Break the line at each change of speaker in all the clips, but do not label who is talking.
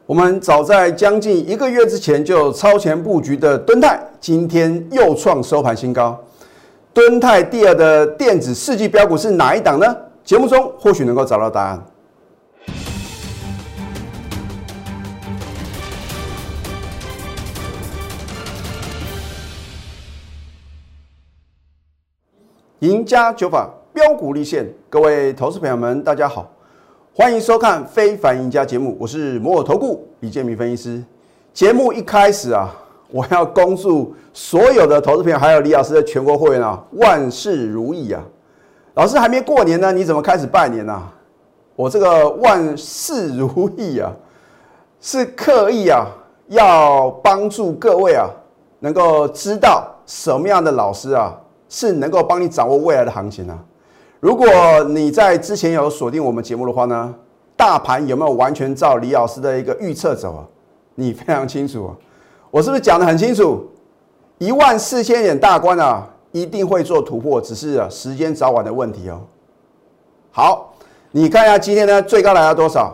我们早在将近1个月之前就超前布局的敦泰，今天又创收盘新高。敦泰第二的电子世纪标股是哪一档呢？节目中或许能够找到答案。赢家九法标股立现，各位投资朋友们，大家好。欢迎收看《非凡赢家》节目，我是摩尔投顾李建民分析师。节目一开始啊，我要恭祝所有的投资朋友还有李老师的全国会员啊，万事如意啊！老师还没过年呢，你怎么开始拜年啊？我这个万事如意啊，是刻意啊，要帮助各位啊，能够知道什么样的老师啊，是能够帮你掌握未来的行情啊。如果你在之前有锁定我们节目的话呢，大盘有没有完全照李老师的一个预测走啊？你非常清楚啊，我是不是讲得很清楚？14000点大关啊，一定会做突破，只是时间早晚的问题哦。好，你看一下今天呢，最高来到多少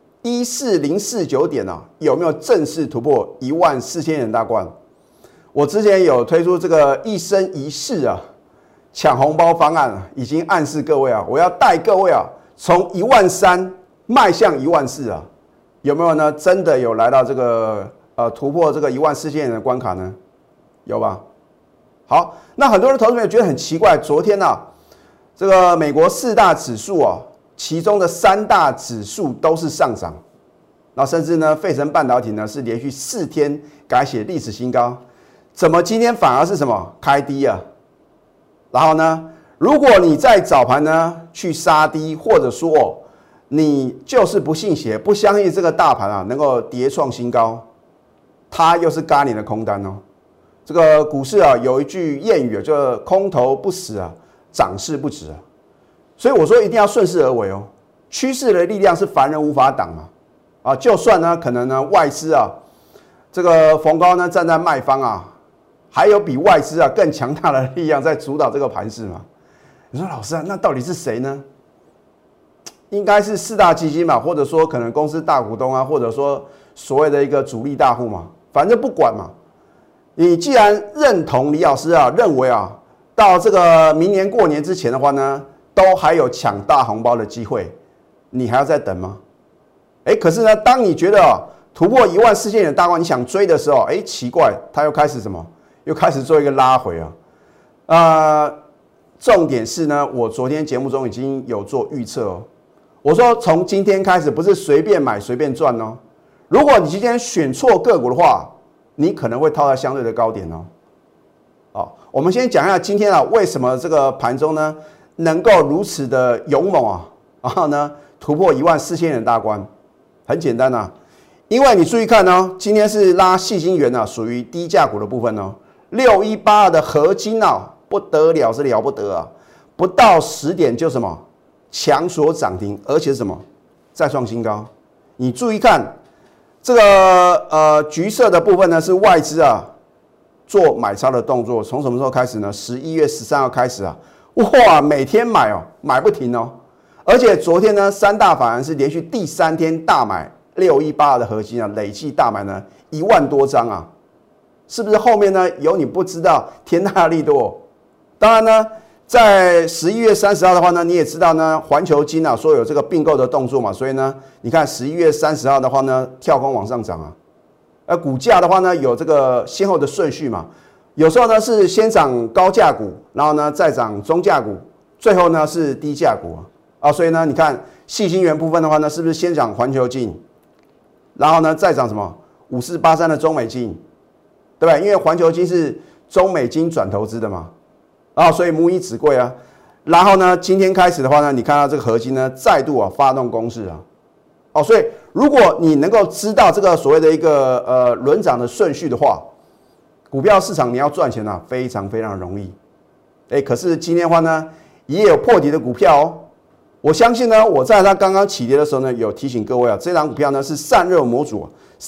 ？14049点啊，有没有正式突破14000点大关？我之前有推出这个一生一世啊。抢红包方案已经暗示各位啊，我要带各位啊，从13000迈向14000啊，有没有呢？真的有来到这个突破这个14000点的关卡呢？有吧？好，那很多人投资朋友觉得很奇怪，昨天啊，这个美国4大指数啊，其中的3大指数都是上涨，那甚至呢，费城半导体呢是连续4天改写历史新高，怎么今天反而是什么开低啊？然后呢，如果你在早盘呢去杀低，或者说你就是不信邪，不相信这个大盘啊能够跌创新高，它又是嘎你的空单哦。这个股市啊有一句谚语啊，叫空头不死啊，涨势不止啊。所以我说一定要顺势而为哦。趋势的力量是凡人无法挡嘛。啊，就算呢可能呢外资啊这个逢高呢站在卖方啊。还有比外资啊更强大的力量在主导这个盘势嘛？你说老师啊，那到底是谁呢？应该是4大基金嘛，或者说可能公司大股东啊，或者说所谓的一个主力大户嘛，反正不管嘛。你既然认同李老师啊，认为啊，到这个明年过年之前的话呢，都还有抢大红包的机会，你还要再等吗？可是呢，当你觉得啊突破14000点的大关，你想追的时候，奇怪，它又开始什么？又开始做一个拉回啊，重点是呢，我昨天节目中已经有做预测哦。我说从今天开始不是随便买随便赚哦。如果你今天选错个股的话，你可能会套在相对的高点哦。好，我们先讲一下今天啊，为什么这个盘中呢能够如此的勇猛啊，然后呢突破14000点大关？很简单啊，因为你注意看哦，今天是拉矽晶圆啊，属于低价股的部分哦。6182的合金啊，不得了，是了不得啊！不到10点就什么强锁涨停，而且什么再创新高。你注意看这个橘色的部分呢，是外资啊做买超的动作。从什么时候开始呢？11月13号开始啊，哇，每天买哦，买不停哦。而且昨天呢，3大法人是连续第3天大买6182的合金啊，累计大买呢1万多张啊。是不是后面呢有你不知道天大的利多？当然呢，在11月30号的话呢，你也知道呢，环球金啊说有这个并购的动作嘛，所以呢，你看11月30号的话呢，跳空往上涨啊，股价的话呢有这个先后的顺序嘛，有时候呢是先涨高价股，然后呢再涨中价股，最后呢是低价股啊，所以呢，你看矽晶圆部分的话呢，是不是先涨环球金，然后呢再涨什么5483的中美金？对不对？因为环球金是中美金转投资的嘛，所以母以子贵啊。然后呢，今天开始的话呢，你看到这个合金呢再度发动攻势啊，所以如果你能够知道这个所谓的一个轮涨的顺序的话，股票市场你要赚钱非常非常容易。可是今天的话呢，也有破底的股票哦。我相信呢，我在它刚刚起跌的时候呢，有提醒各位啊，这档股票呢是散热模组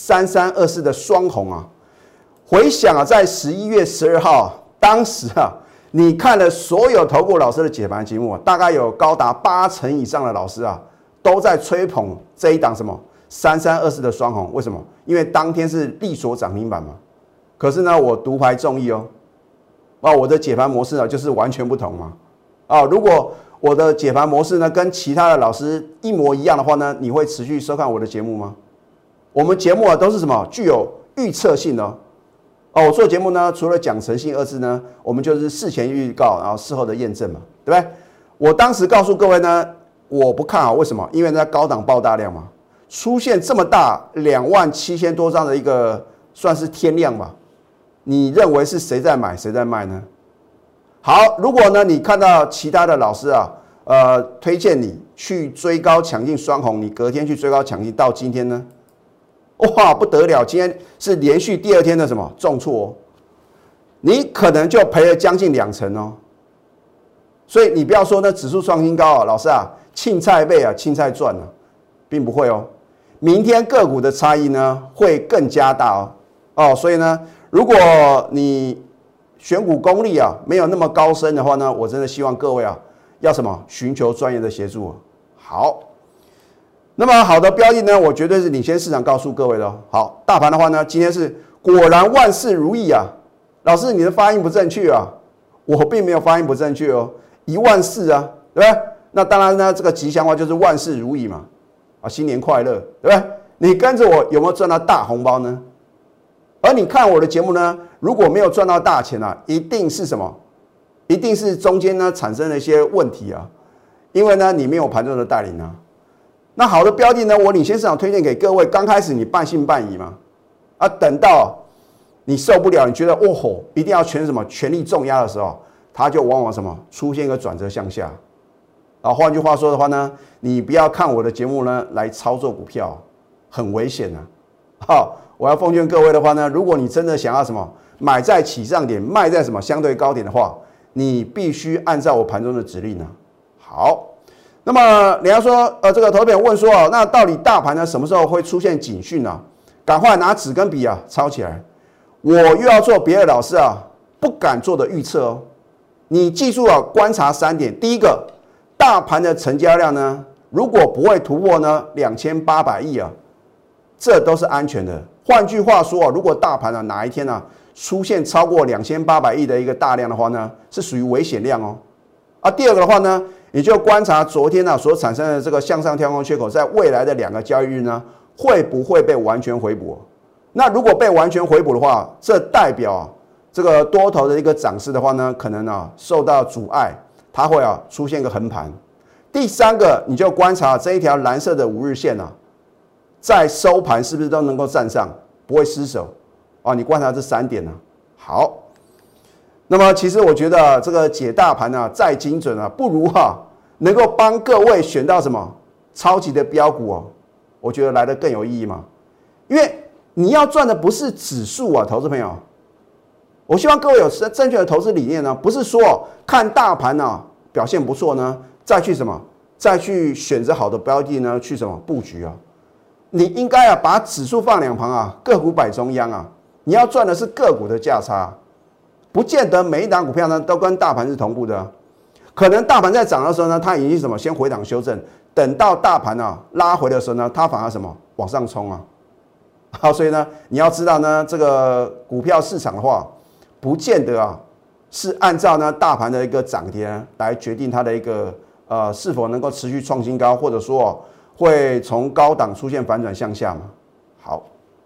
3324的双红啊。回想啊，在11月12号，当时啊，你看了所有投顾老师的解盘节目大概有高达80%以上的老师啊，都在吹捧这一档什么 3324的双红，为什么？因为当天是力所涨停板嘛。可是呢，我独排众议哦，我的解盘模式呢就是完全不同嘛。如果我的解盘模式呢跟其他的老师一模一样的话呢，你会持续收看我的节目吗？我们节目都是什么？具有预测性的我做节目呢，除了讲诚信二字呢，我们就是事前预告，然后事后的验证嘛，对不对？我当时告诉各位呢，我不看好，为什么？因为在高档爆大量嘛，出现这么大27000多张的一个算是天量吧，你认为是谁在买谁在卖呢？好，如果呢你看到其他的老师推荐你去追高抢进双红，你隔天去追高抢进，到今天呢，哇不得了，今天是连续第2天的什么重挫你可能就赔了将近20%哦。所以你不要说呢指数创新高老师青菜倍青菜赚并不会哦。明天个股的差异呢会更加大所以呢，如果你选股功力没有那么高深的话呢，我真的希望各位要什么寻求专业的协助好，那么好的标的呢，我绝对是领先市场告诉各位的好，大盘的话呢，今天是果然万事如意老师你的发音不正确我并没有发音不正确14000对不对？那当然呢，这个吉祥话就是万事如意嘛新年快乐对不对？你跟着我有没有赚到大红包呢？而你看我的节目呢，如果没有赚到大钱一定是什么？一定是中间呢产生了一些问题因为呢你没有盘中的带领那好的标的呢，我领先市场推荐给各位，刚开始你半信半疑嘛等到你受不了，你觉得一定要全力重压的时候，它就往往出现一个转折向下换句话说的话呢，你不要看我的节目呢来操作股票，很危险我要奉劝各位的话呢，如果你真的想要买在起涨点，卖在相对高点的话，你必须按照我盘中的指令好，那么人家说这个投资朋友问说那到底大盘呢什么时候会出现警讯赶快拿纸跟笔抄起来，我又要做别的老师不敢做的预测你记住观察3点，第一个，大盘的成交量呢，如果不会突破呢2800亿这都是安全的。换句话说如果大盘哪一天出现超过2800亿的一个大量的话呢，是属于危险量第二个的话呢，你就观察昨天所产生的这个向上跳空缺口，在未来的2个交易日呢，会不会被完全回补？那如果被完全回补的话，这代表这个多头的一个涨势的话呢，可能受到阻碍，它会出现一个横盘。第3个，你就观察这一条蓝色的5日线在收盘是不是都能够站上，不会失手你观察这3点好，那么其实我觉得这个解大盘再精准不如能够帮各位选到超级的标股我觉得来得更有意义嘛。因为你要赚的不是指数投资朋友，我希望各位有正确的投资理念不是说看大盘表现不错呢，再去选择好的标的呢去布局你应该把指数放2旁个股摆中央你要赚的是个股的价差，不见得每一档股票呢都跟大盘是同步的可能大盘在涨的时候呢，它已经先回档修正，等到大盘拉回的时候呢，它反而往上冲好，所以呢你要知道呢，这个股票市场的话，不见得是按照呢大盘的一个涨跌来决定它的一个是否能够持续创新高，或者说会从高档出现反转向下嘛。好，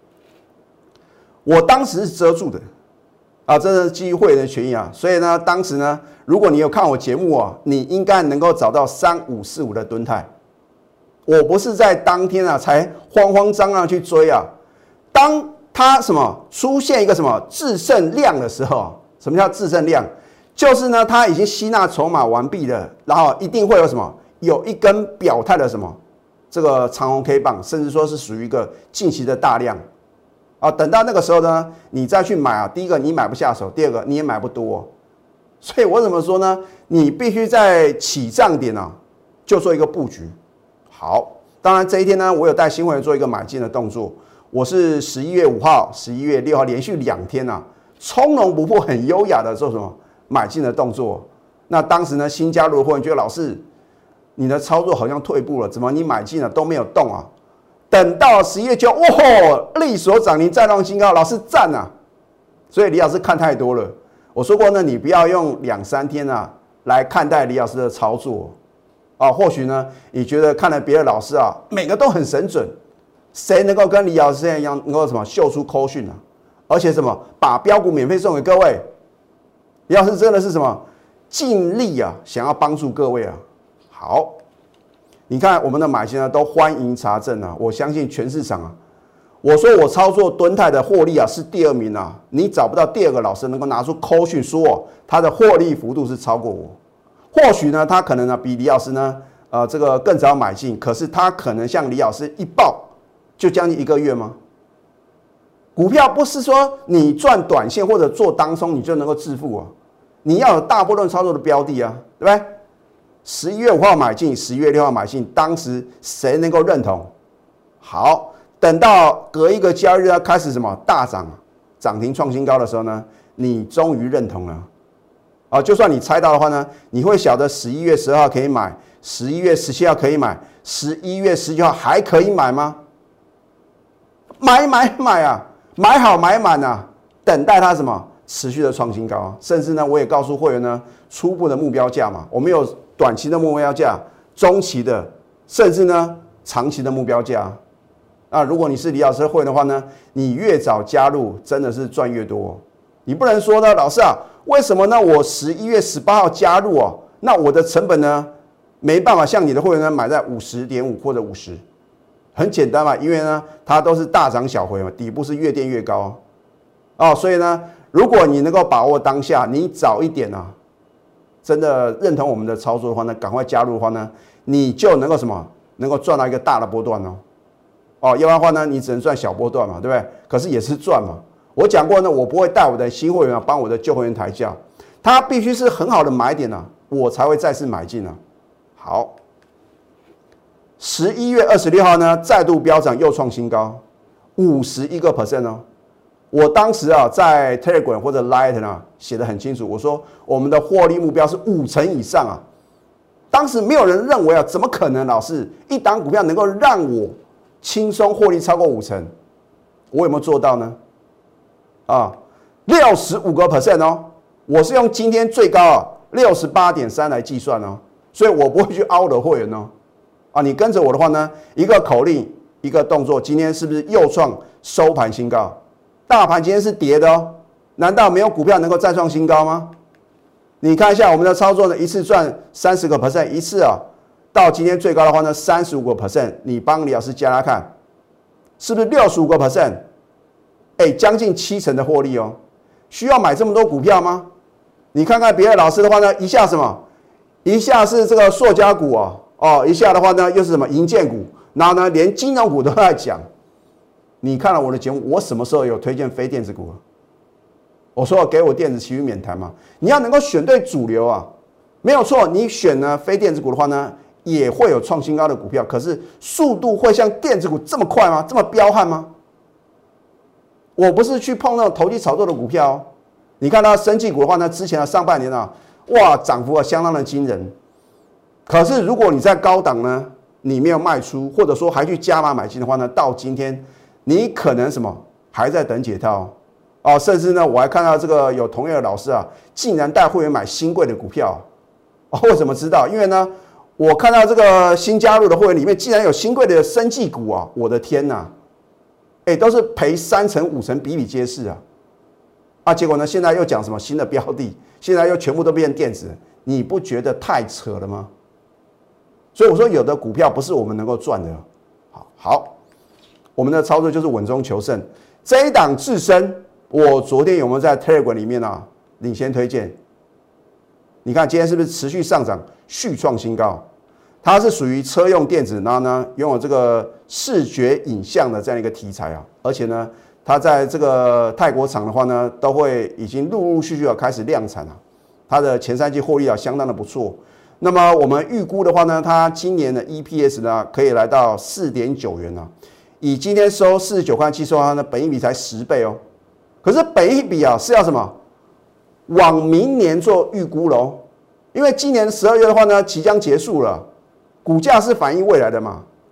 我当时是遮住的这是基于会员的权益所以呢，当时呢，如果你有看我节目你应该能够找到3545的敦泰。我不是在当天才慌慌张张去追当它出现一个制胜量的时候，什么叫制胜量？就是呢，它已经吸纳筹码完毕了，然后一定会有一根表态的这个长红 K 棒，甚至说是属于一个近期的大量等到那个时候呢，你再去买第一个你买不下手，第二个你也买不多所以我怎么说呢？你必须在起涨点就做一个布局。好，当然这一天呢，我有带新会员做一个买进的动作。我是11月5号、11月6号连续2天从容不迫、很优雅的做买进的动作。那当时呢，新加入的会员觉得老师，你的操作好像退步了，怎么你买进了都没有动等到11月9，哇，力所涨停再创新高，老师赞啊！所以李老师看太多了，我说过呢，你不要用2、3天啊来看待李老师的操作啊。或许呢，你觉得看了别的老师啊，每个都很神准，谁能够跟李老师一样，能够什么秀出扣讯啊？而且什么把标股免费送给各位？李老师真的是什么尽力啊，想要帮助各位啊。好，你看我们的买进呢都欢迎查证啊，我相信全市场啊。我说我操作敦泰的获利啊是第2名啊，你找不到第2个老师能够拿出扣讯说他的获利幅度是超过我。或许呢，他可能呢比李老师呢这个更早买进，可是他可能像李老师一报就将近1个月吗？股票不是说你赚短线或者做当冲你就能够致富啊，你要有大波段操作的标的啊，对不对？11月5号买进，11月6号买进，当时谁能够认同？好。等到隔一个交易日开始什么大涨，涨停创新高的时候呢，你终于认同了啊！就算你猜到的话呢，你会晓得11月12号可以买，11月17号可以买，11月19号还可以买吗？买啊，买好买满啊，等待它什么持续的创新高啊！甚至呢，我也告诉会员呢，初步的目标价嘛，我们有短期的目标价、中期的，甚至呢长期的目标价。那如果你是李老师的会员的话呢，你越早加入，真的是赚越多。你不能说呢，老师啊，为什么呢？我11月18号加入哦，那我的成本呢，没办法像你的会员呢买在50.5或者50，很简单嘛，因为呢，它都是大涨小回嘛，底部是越垫越高哦，所以呢，如果你能够把握当下，你早一点啊，真的认同我们的操作的话呢，赶快加入的话呢，你就能够什么，能够赚到一个大的波段哦。要不然的话呢，你只能赚小波段嘛，对不对？可是也是赚嘛。我讲过呢，我不会带我的新会员啊，帮我的旧会员抬价，它必须是很好的买点啊，我才会再次买进啊。好，11月26号呢，再度飙涨又创新高，51% 哦。我当时啊，在 Telegram 或者 Line 啊写得很清楚，我说我们的获利目标是50%以上啊。当时没有人认为啊，怎么可能？老师，一档股票能够让我轻松获利超过50%，我有没有做到呢？65% 哦，我是用今天最高啊68.3来计算哦，所以我不会去凹的会员哦。你跟着我的话呢，一个口令，一个动作，今天是不是又创收盘新高？大盘今天是跌的哦，难道没有股票能够再创新高吗？你看一下我们的操作呢，一次赚30%，一次啊。到今天最高的话呢，35%，你帮李老师加看，是不是65%？将近70%的获利哦。需要买这么多股票吗？你看看别的老师的话呢，一下什么？一下是这个塑胶股一下的话呢又是什么营建股，然后呢连金融股都在讲。你看了我的节目，我什么时候有推荐非电子股？我说给我电子其余免谈嘛。你要能够选对主流啊，没有错。你选呢非电子股的话呢，也会有创新高的股票，可是速度会像电子股这么快吗？这么彪悍吗？我不是去碰那种投机炒作的股票哦。你看到生技股的话呢，之前的上半年啊，哇，涨幅相当的惊人。可是如果你在高档呢，你没有卖出，或者说还去加码买进的话呢，到今天你可能什么还在等解套甚至呢，我还看到这个有同业的老师啊，竟然带会员买新贵的股票我怎么知道？因为呢，我看到这个新加入的会员里面竟然有新贵的生技股啊！我的天哪，都是赔3成5成比比皆是结果呢，现在又讲什么新的标的，现在又全部都变成电子，你不觉得太扯了吗？所以我说，有的股票不是我们能够赚的。好，我们的操作就是稳中求胜。这一档智深，我昨天有没有在 Telegram 里面领先推荐？你看今天是不是持续上涨，续创新高？它是属于车用电子，然后呢拥有这个视觉影像的这样一个题材而且呢，它在这个泰国厂的话呢，都会已经陆陆续续开始量产它的前3季获利相当的不错。那么我们预估的话呢，它今年的 EPS 呢可以来到4.9元以今天收49块7收它的本益比才10倍哦。可是本益比是要什么？往明年做预估喽，因为今年12月的话呢，即将结束了，股价是反映未来的嘛。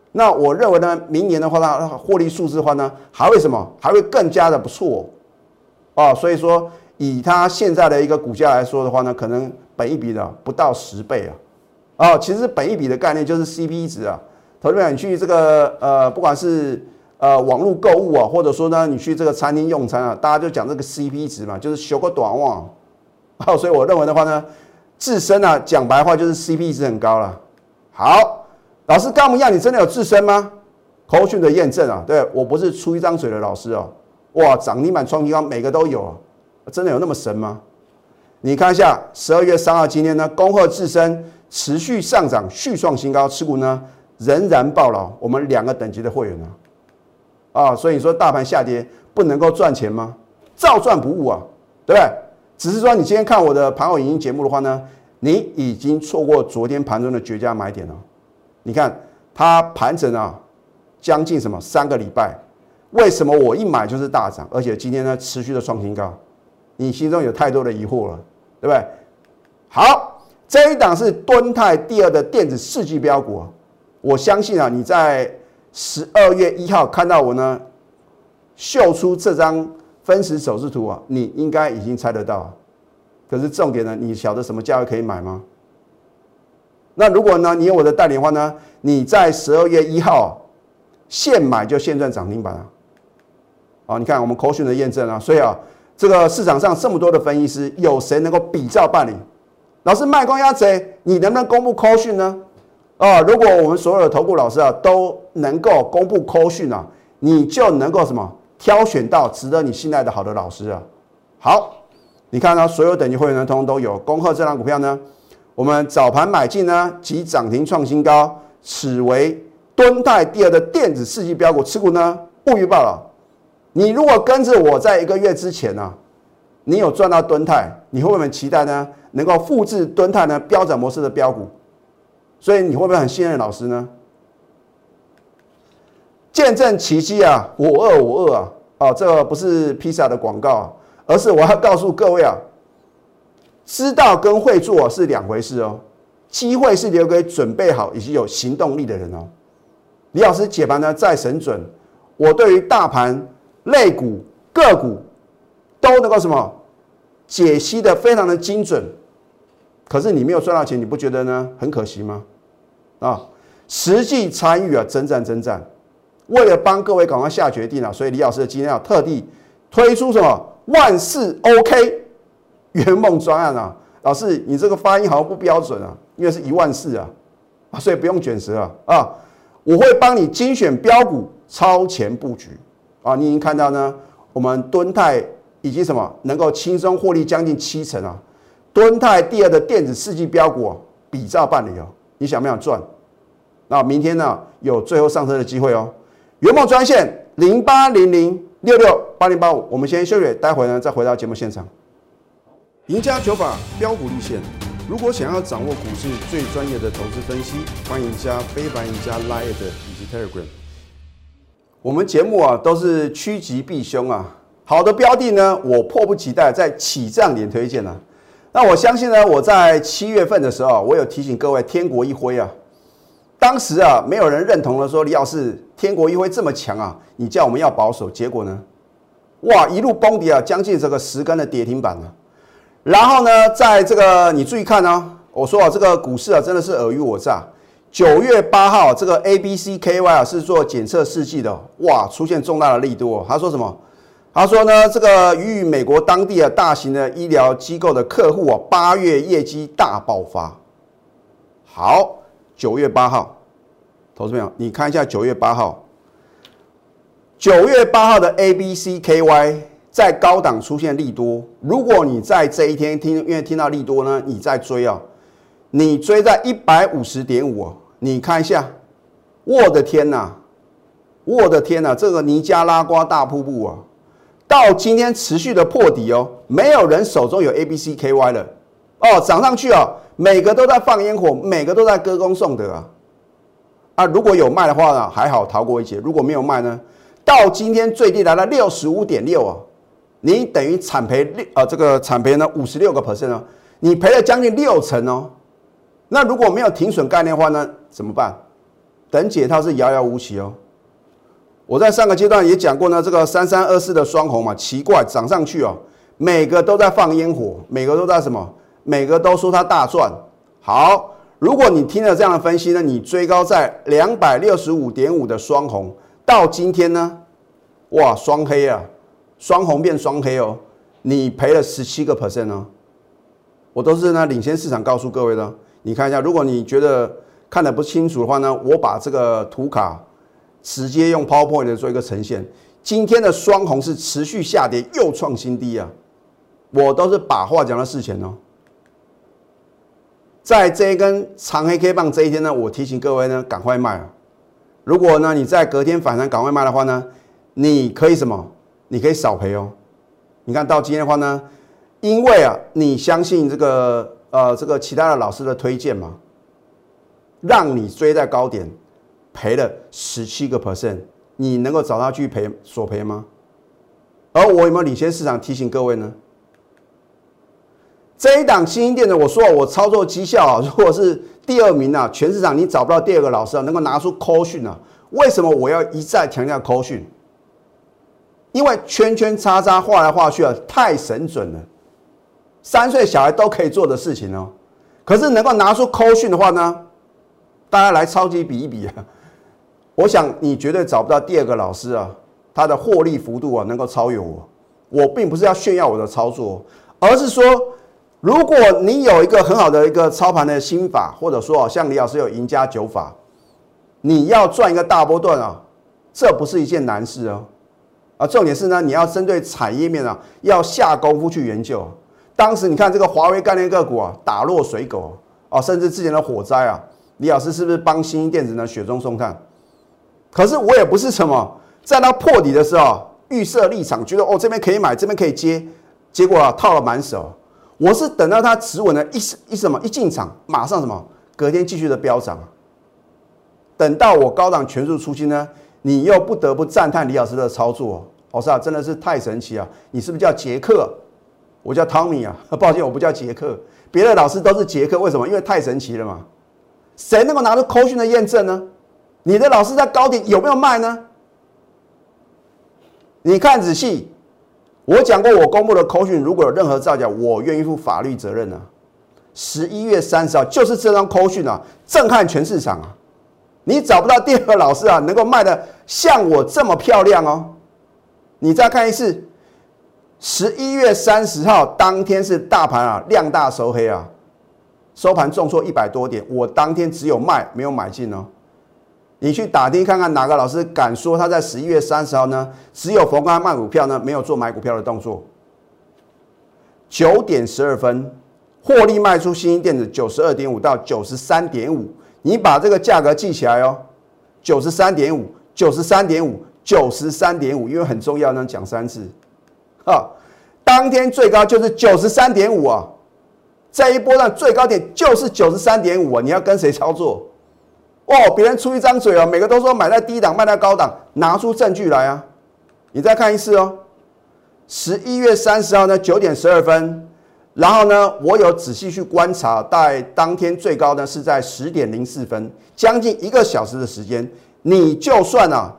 那我认为呢，明年的话呢，获利数字的话呢，还会什么？还会更加的不错哦。所以说，以它现在的一个股价来说的话呢，可能本益比呢不到10倍啊。其实本益比的概念就是 CP 值啊。投资者你去这个不管是网络购物啊，或者说呢你去这个餐厅用餐啊，大家就讲这个 CP 值嘛，就是修个短网。所以我认为的话呢，自身啊讲白话就是 CP 值很高了。好，老师干不一样，你真的有自身吗？口讯的验证啊，对我不是出一张嘴的老师哦。哇，涨停板创新高每个都有啊，真的有那么神吗？你看一下12月3号今天呢，恭贺自身持续上涨，续创新高，持股呢仍然爆牢，我们2个等级的会员所以你说大盘下跌不能够赚钱吗？照赚不误啊，对不对？只是说你今天看我的盘后影音节目的话呢，你已经错过昨天盘中的绝佳买点了。你看它盘整将近什么3个礼拜，为什么我一买就是大涨，而且今天呢持续的创新高？你心中有太多的疑惑了，对不对？好，这一档是敦泰第2的电子世纪标股我相信你在12月1号看到我呢秀出这张分时走势图你应该已经猜得到可是重点呢，你晓得什么价位可以买吗？那如果呢你有我的带领的话呢，你在12月1号现买就现赚涨停板你看我们口讯的验证所以这个市场上这么多的分析师，有谁能够比照办理？老师卖光鸭贼，你能不能公布口讯呢？如果我们所有的投顾老师都能够公布口讯你就能够什么挑选到值得你信赖的好的老师好，你看所有等级会员呢，通通都有。恭贺这档股票呢，我们早盘买进呢，即涨停创新高，此为敦泰第2的电子世纪标股，持股呢不予报了。你如果跟着我在1个月之前你有赚到敦泰，你会不会很期待呢？能够复制敦泰呢标准模式的标股？所以你会不会很信任老师呢？见证奇迹我饿这个不是披萨的广告而是我要告诉各位知道跟会做是2回事机会是留给准备好以及有行动力的人李老师解盘呢再神准，我对于大盘、类股、个股都能够什么解析的非常的精准。可是你没有赚到钱，你不觉得呢很可惜吗？实际参与征战，为了帮各位赶快下决定所以李老师今天特地推出什么万事 OK 圆梦专案老师你这个发音好像不标准因为是14000所以不用卷舌我会帮你精选标股超前布局你已经看到呢，我们敦泰以及什么能够轻松获利将近70%敦泰第2的电子世纪标股比照办理你想不想赚？那明天呢有最后上车的机会圆梦专线0800668085，我们先休息，待会呢再回到节目现场。赢家九法标股立线，如果想要掌握股市最专业的投资分析，欢迎加非凡、赢家 Line 以及 Telegram。我们节目都是趋吉避凶好的标的呢，我迫不及待在起涨点推荐那我相信呢，我在7月份的时候，我有提醒各位天国一辉当时没有人认同了说李老师天国一辉这么强你叫我们要保守，结果呢，哇一路崩跌将近这个10根的跌停板然后呢，在这个你注意看我说这个股市真的是尔虞我诈。9月8号这个 ABCKY 是做检测试剂的哇，出现重大的利多他说什么？他说呢，这个与美国当地大型的医疗机构的客户8月业绩大爆发。好，9月8号，投资朋友，你看一下9月8号，9月8号的 ABCKY 在高档出现利多。如果你在这一天因为听到利多呢，你在追你追在 150.5你看一下，我的天哪，这个尼加拉瓜大瀑布到今天持续的破底没有人手中有 ABCKY 了涨上去每个都在放烟火，每个都在歌功颂德如果有卖的话呢，还好逃过一劫；如果没有卖呢，到今天最低来到 65.6你等于惨赔这个惨赔呢 56% 你赔了将近60%那如果没有停损概念的话呢，怎么办？ 等解套是遥遥无期哦。我在上个阶段也讲过呢，这个3324的双红嘛，奇怪涨上去哦，每个都在放烟火，每个都在什么？每个都说它大赚。好，如果你听了这样的分析呢，你追高在265.5的双红，到今天呢，哇，双黑啊，双红变双黑哦，你赔了17% 哦。我都是呢领先市场告诉各位的。你看一下，如果你觉得看得不清楚的话呢，我把这个图卡直接用 PowerPoint 做一个呈现。今天的双红是持续下跌，又创新低啊！我都是把话讲到事前哦。在这一根长黑 K 棒这一天呢，我提醒各位呢，赶快卖啊！如果呢你在隔天反弹赶快卖的话呢，你可以什么？你可以少赔哦。你看到今天的话呢，因为啊你相信这个其他的老师的推荐嘛，让你追在高点，赔了17%，你能够找他去赔索赔吗？而我有没有领先市场提醒各位呢？这一档新兴电子，我说我操作绩效啊，如果是第2名啊，全市场你找不到第2个老师啊，能够拿出扣讯啊。为什么我要一再强调扣讯？因为圈圈叉叉画来画去啊，太神准了，3岁小孩都可以做的事情哦。可是能够拿出扣讯的话呢，大家来超级比一比啊，我想你绝对找不到第2个老师啊，他的获利幅度啊能够超越我。我并不是要炫耀我的操作，而是说，如果你有一个很好的一个操盘的心法，或者说像李老师有赢家9法，你要赚一个大波段啊，这不是一件难事哦。重点是呢，你要针对产业面啊，要下功夫去研究。当时你看这个华为概念个股啊，打落水狗啊，甚至之前的火灾啊，李老师是不是帮新兴电子呢雪中送炭？可是我也不是什么在它破底的时候预设立场，觉得这边可以买，这边可以接，结果啊套了满手。我是等到它止稳了一进场，马上什么隔天继续的飙涨。等到我高档全数出清呢，你又不得不赞叹李老师的操作。老师啊，真的是太神奇啊！你是不是叫杰克？我叫汤米啊，抱歉，我不叫杰克。别的老师都是杰克，为什么？因为太神奇了嘛。谁能够拿出扣讯的验证呢？你的老师在高点有没有卖呢？你看仔细，我讲过，我公布的扣讯如果有任何造假，我愿意负法律责任啊。11月30号就是这张扣讯啊，震撼全市场啊！你找不到第2个老师啊，能够卖的像我这么漂亮哦。你再看一次，11月30号当天是大盘啊量大收黑啊，收盘重挫100多点，我当天只有卖没有买进哦。你去打听看看哪个老师敢说他在11月30号呢，只有逢高卖股票呢，没有做买股票的动作。9点12分，获利卖出新兴电子92.5到93.5，你把这个价格记起来哦，93.5、93.5、93.5，因为很重要呢，讲3次。当天最高就是93.5啊，这一波段最高点就是93.5啊，你要跟谁操作？别人出一张嘴哦，每个都说买在低档卖在高档，拿出证据来啊！你再看一次哦，11月30号呢9点12分，然后呢，我有仔细去观察，在当天最高呢是在10点04分，将近1个小时的时间，你就算啊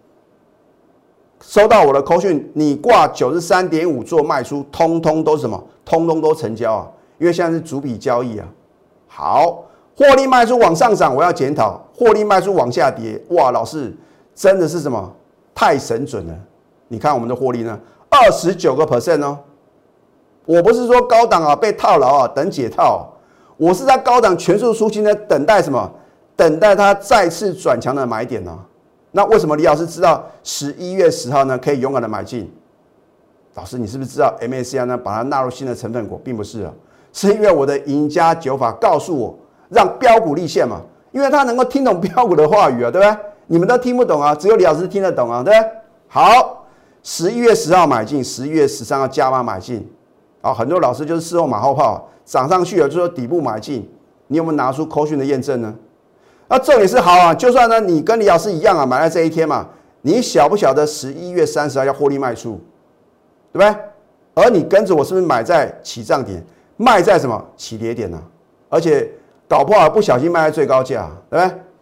收到我的扣讯，你挂93.5做卖出，通通都是什么？通通都成交啊！因为现在是逐笔交易啊。好。获利卖出往上涨，我要检讨；获利卖出往下跌，哇，老师真的是什么？太神准了！你看我们的获利呢，29% 哦。我不是说高档啊被套牢啊等解套，我是在高档全数出清呢，等待什么？等待它再次转强的买点呢、那为什么李老师知道11月10号呢可以勇敢的买进？老师，你是不是知道 MSCI 呢把它纳入新的成分股？并不是啊，是因为我的赢家9法告诉我。让标股立现嘛，因为他能够听懂标股的话语啊，对不对？你们都听不懂啊，只有李老师听得懂啊，对不对？好，11月10号买进，11月13号加码买进，很多老师就是事后马后炮，涨上去了就说底部买进，你有没有拿出扣讯的验证呢？那重点是好啊，就算呢你跟李老师一样啊，买在这一天嘛，你晓不晓得11月30号要获利卖出，对不对？而你跟着我是不是买在起涨点，卖在什么起跌点呢、而且搞不好不小心卖在最高价，对不对？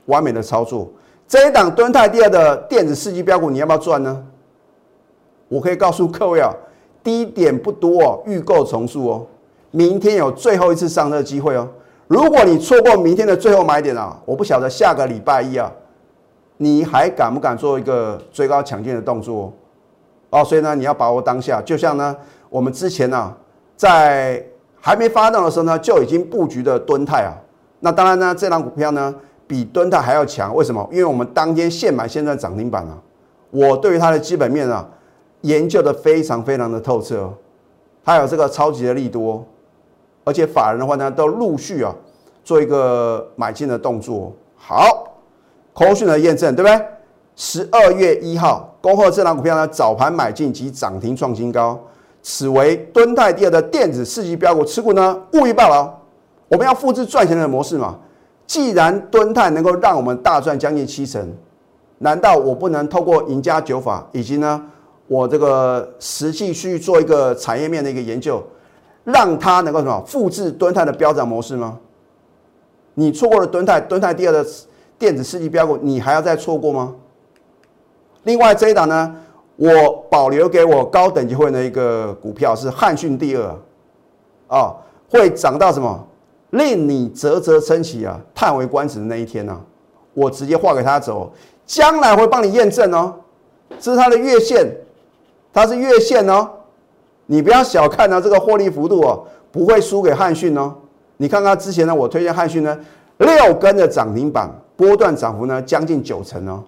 完美的操作。这一档敦泰第二的电子世纪标股，你要不要赚呢？我可以告诉各位啊，低点不多哦，预购重数哦，明天有最后一次上车机会哦。如果你错过明天的最后买点啊，我不晓得下个礼拜一啊，你还敢不敢做一个追高抢进的动作哦？所以呢，你要把握当下。就像呢，我们之前啊，在还没发动的时候呢，就已经布局的敦泰啊。那当然呢，这档股票呢比敦泰还要强。为什么？因为我们当天现买现赚涨停板啊。我对于它的基本面啊研究的非常非常的透彻哦，它有这个超级的利多。而且法人的话呢，都陆续啊做一个买进的动作。好，口讯的验证，对不对？12月1号，恭贺这档股票呢早盘买进及涨停创新高，此为敦泰第二的电子世纪标股，持股呢务必报牢。我们要复制赚钱的模式嘛？既然敦泰能够让我们大赚将近70%，难道我不能透过赢家九法以及呢我这个实际去做一个产业面的一个研究？让它能够什么复制敦泰的飙涨模式吗？你错过了敦泰第二的电子世纪标股，你还要再错过吗？另外这一档呢，我保留给我高等级会员的一个股票是汉讯第二啊，会涨到什么令你啧啧称奇啊，叹为观止的那一天啊，我直接画给他走，将来会帮你验证哦。这是它的月线，它是月线哦。你不要小看这个获利幅度哦，不会输给汉讯哦。你看看之前呢，我推荐汉讯呢6根的涨停板，波段涨幅呢将近90%哦。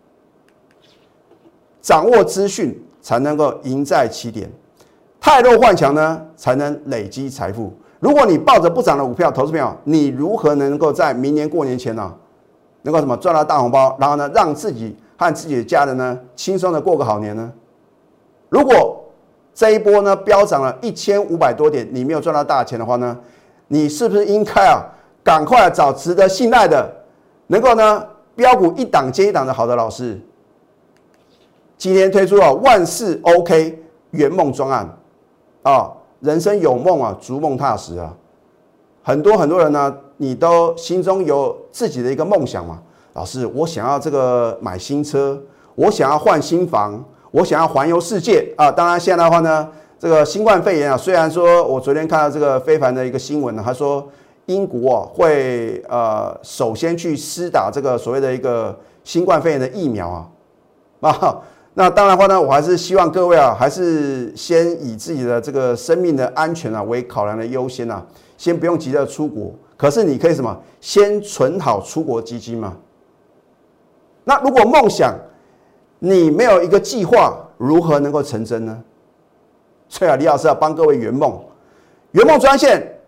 掌握资讯才能够赢在起点，汰弱换强呢才能累积财富。如果你抱着不涨的股票，投资朋友，你如何能够在明年过年前呢，能够什么赚到大红包，然后呢让自己和自己的家人呢轻松的过个好年呢？如果这一波呢飙涨了1500多点，你没有赚到大钱的话呢，你是不是应该赶快找值得信赖的，能够呢标股一档接一档的好的老师？今天推出万事 OK 圆梦专案啊，人生有梦啊，逐梦踏实啊。很多人呢，你都心中有自己的一个梦想嘛。老师，我想要这个买新车，我想要换新房。我想要环游世界啊！当然，现在的话呢，这个新冠肺炎啊，虽然说我昨天看到这个非凡的一个新闻呢，他说英国会首先去施打这个所谓的一个新冠肺炎的疫苗啊，那当然的话呢，我还是希望各位还是先以自己的这个生命的安全为考量的优先先不用急着出国，可是你可以什么先存好出国基金嘛。那如果梦想你没有一个计划，如何能够成真呢？所以李老师要帮各位圆梦，圆梦专线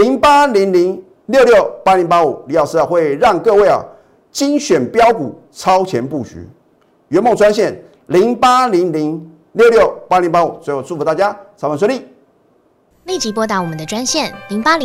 0800668085，李老师会让各位精选标股超前布局。圆梦专线0800668085，最后祝福大家操盘顺利。
立即拨打我们的专线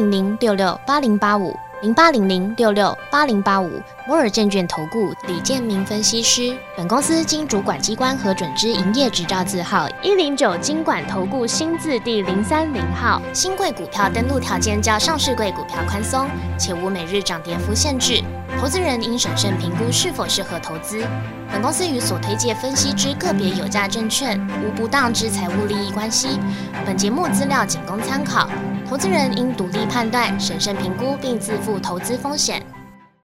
0800668085。0800668085，摩尔证券投顾李建明分析师。本公司经主管机关核准之营业执照字号109金管投顾新字第030号。新贵股票登录条件较上市贵股票宽松，且无每日涨跌幅限制。投资人应审慎评估是否适合投资。本公司与所推介分析之个别有价证券无不当之财务利益关系。本节目资料仅供参考，投资人应独立判断、审慎评估并自负投资风险。